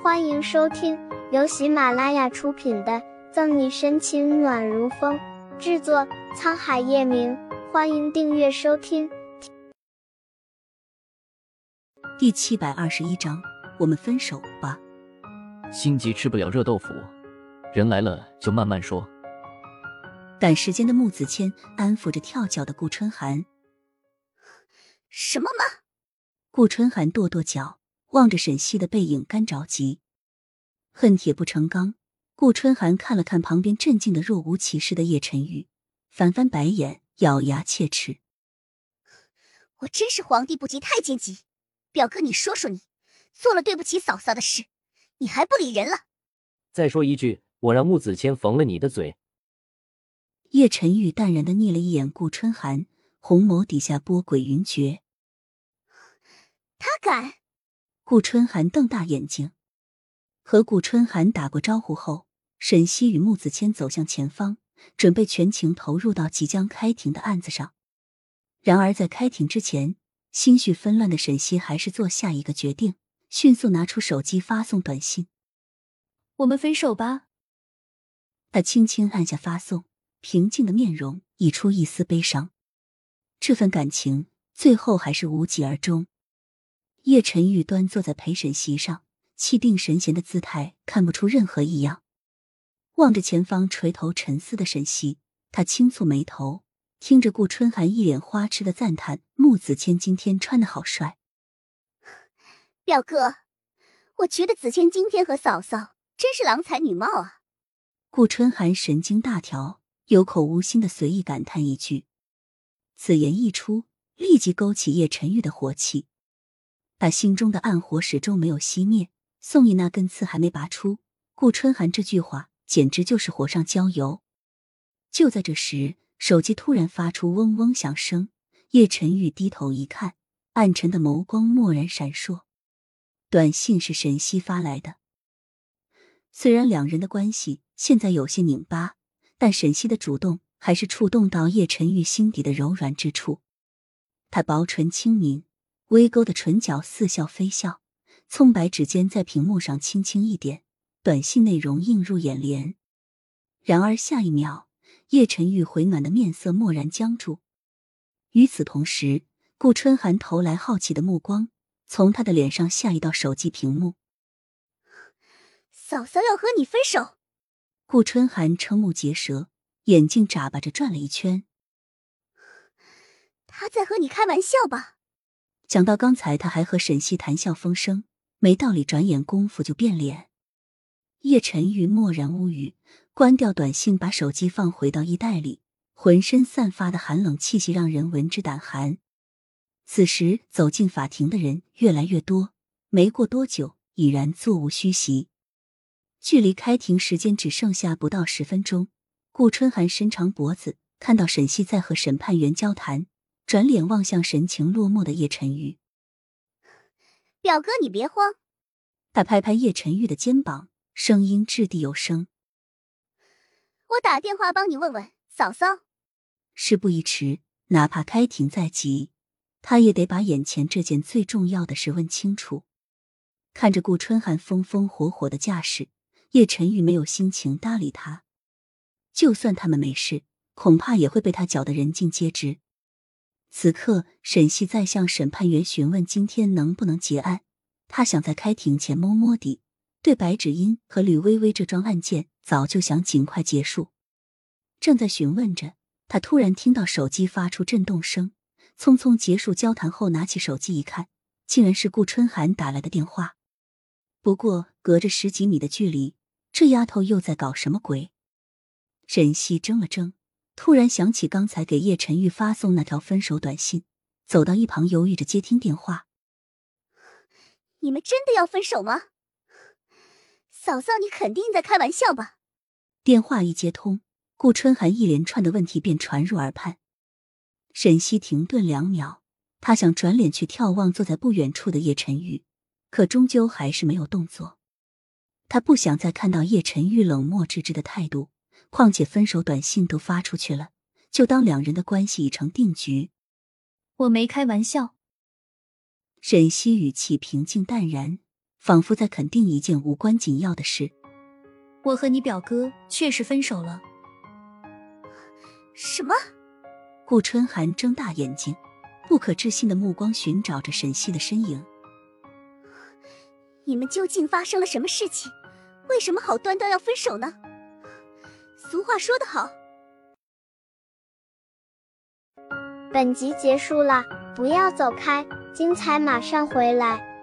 欢迎收听由喜马拉雅出品的《赠你深情暖如风》，制作沧海夜明。欢迎订阅收听。 第721章，我们分手吧。 心急吃不了热豆腐，人来了就慢慢说。 赶时间的穆子谦安抚着跳脚的顾春寒。 什么嘛？ 顾春寒跺跺脚，望着沈西的背影干着急。恨铁不成钢，顾春寒看了看旁边镇静的若无其事的叶晨玉，翻翻白眼，咬牙切齿。 我真是皇帝不急太监急，表哥你说说你，做了对不起嫂嫂的事，你还不理人了？ 再说一句，我让穆子谦缝了你的嘴。 叶晨玉淡然地睨了一眼顾春寒，红眸底下波诡云谲。 他敢？ 顾春寒瞪大眼睛。和顾春寒打过招呼后，沈西与穆子谦走向前方，准备全情投入到即将开庭的案子上。然而在开庭之前，心绪纷乱的沈西还是做下一个决定，迅速拿出手机发送短信： 我们分手吧。 他轻轻按下发送，平静的面容溢出一丝悲伤。这份感情最后还是无疾而终。叶晨玉端坐在陪审席上，气定神闲的姿态看不出任何异样。望着前方垂头沉思的沈西，他轻蹙眉头，听着顾春寒一脸花痴的赞叹穆子谦今天穿得好帅。 表哥，我觉得子谦今天和嫂嫂真是郎才女貌啊。 顾春寒神经大条，有口无心的随意感叹一句。此言一出，立即勾起叶晨玉的火气。他心中的暗火始终没有熄灭，宋义那根刺还没拔出，顾春寒这句话简直就是火上浇油。就在这时，手机突然发出嗡嗡响声，叶晨玉低头一看，暗沉的眸光蓦然闪烁。短信是沈西发来的。虽然两人的关系现在有些拧巴，但沈西的主动还是触动到叶晨玉心底的柔软之处。他薄唇轻抿，微勾的唇角似笑非笑，葱白指尖在屏幕上轻轻一点，短信内容映入眼帘。然而下一秒，叶晨玉回暖的面色蓦然僵住。与此同时，顾春寒投来好奇的目光，从他的脸上下移到手机屏幕。 嫂嫂要和你分手？ 顾春寒瞠目结舌，眼睛眨巴着转了一圈。 他在和你开玩笑吧？ 讲到刚才他还和沈西谈笑风生，没道理转眼功夫就变脸。叶晨玉默然无语，关掉短信，把手机放回到衣袋里，浑身散发的寒冷气息让人闻之胆寒。此时走进法庭的人越来越多，没过多久已然座无虚席。距离开庭时间只剩下不到10分钟，顾春寒伸长脖子，看到沈西在和审判员交谈，转脸望向神情落寞的叶晨玉。 表哥你别慌。 他拍拍叶晨玉的肩膀，声音掷地有声。 我打电话帮你问问嫂嫂。 事不宜迟，哪怕开庭在即，他也得把眼前这件最重要的事问清楚。看着顾春寒风风火火的架势，叶晨玉没有心情搭理他。就算他们没事，恐怕也会被他搅得人尽皆知。此刻沈西在向审判员询问今天能不能结案，他想在开庭前摸摸底，对白芷茵和吕薇薇这桩案件早就想尽快结束。正在询问着，他突然听到手机发出震动声，匆匆结束交谈后拿起手机一看，竟然是顾春寒打来的电话。不过隔着10几米的距离，这丫头又在搞什么鬼？沈西怔了怔，突然想起刚才给叶晨玉发送那条分手短信，走到一旁犹豫着接听电话。 你们真的要分手吗？嫂嫂你肯定在开玩笑吧？ 电话一接通，顾春寒一连串的问题便传入耳畔。沈西停顿2秒，他想转脸去眺望坐在不远处的叶晨玉，可终究还是没有动作。他不想再看到叶晨玉冷漠置之的态度，况且分手短信都发出去了，就当两人的关系已成定局。 我没开玩笑。 沈西语气平静淡然， 仿佛在肯定一件无关紧要的事。 我和你表哥确实分手了。 什么？ 顾春寒睁大眼睛，不可置信的目光寻找着沈西的身影。 你们究竟发生了什么事情？为什么好端端要分手呢？俗话说得好。 本集结束了，不要走开，精彩马上回来。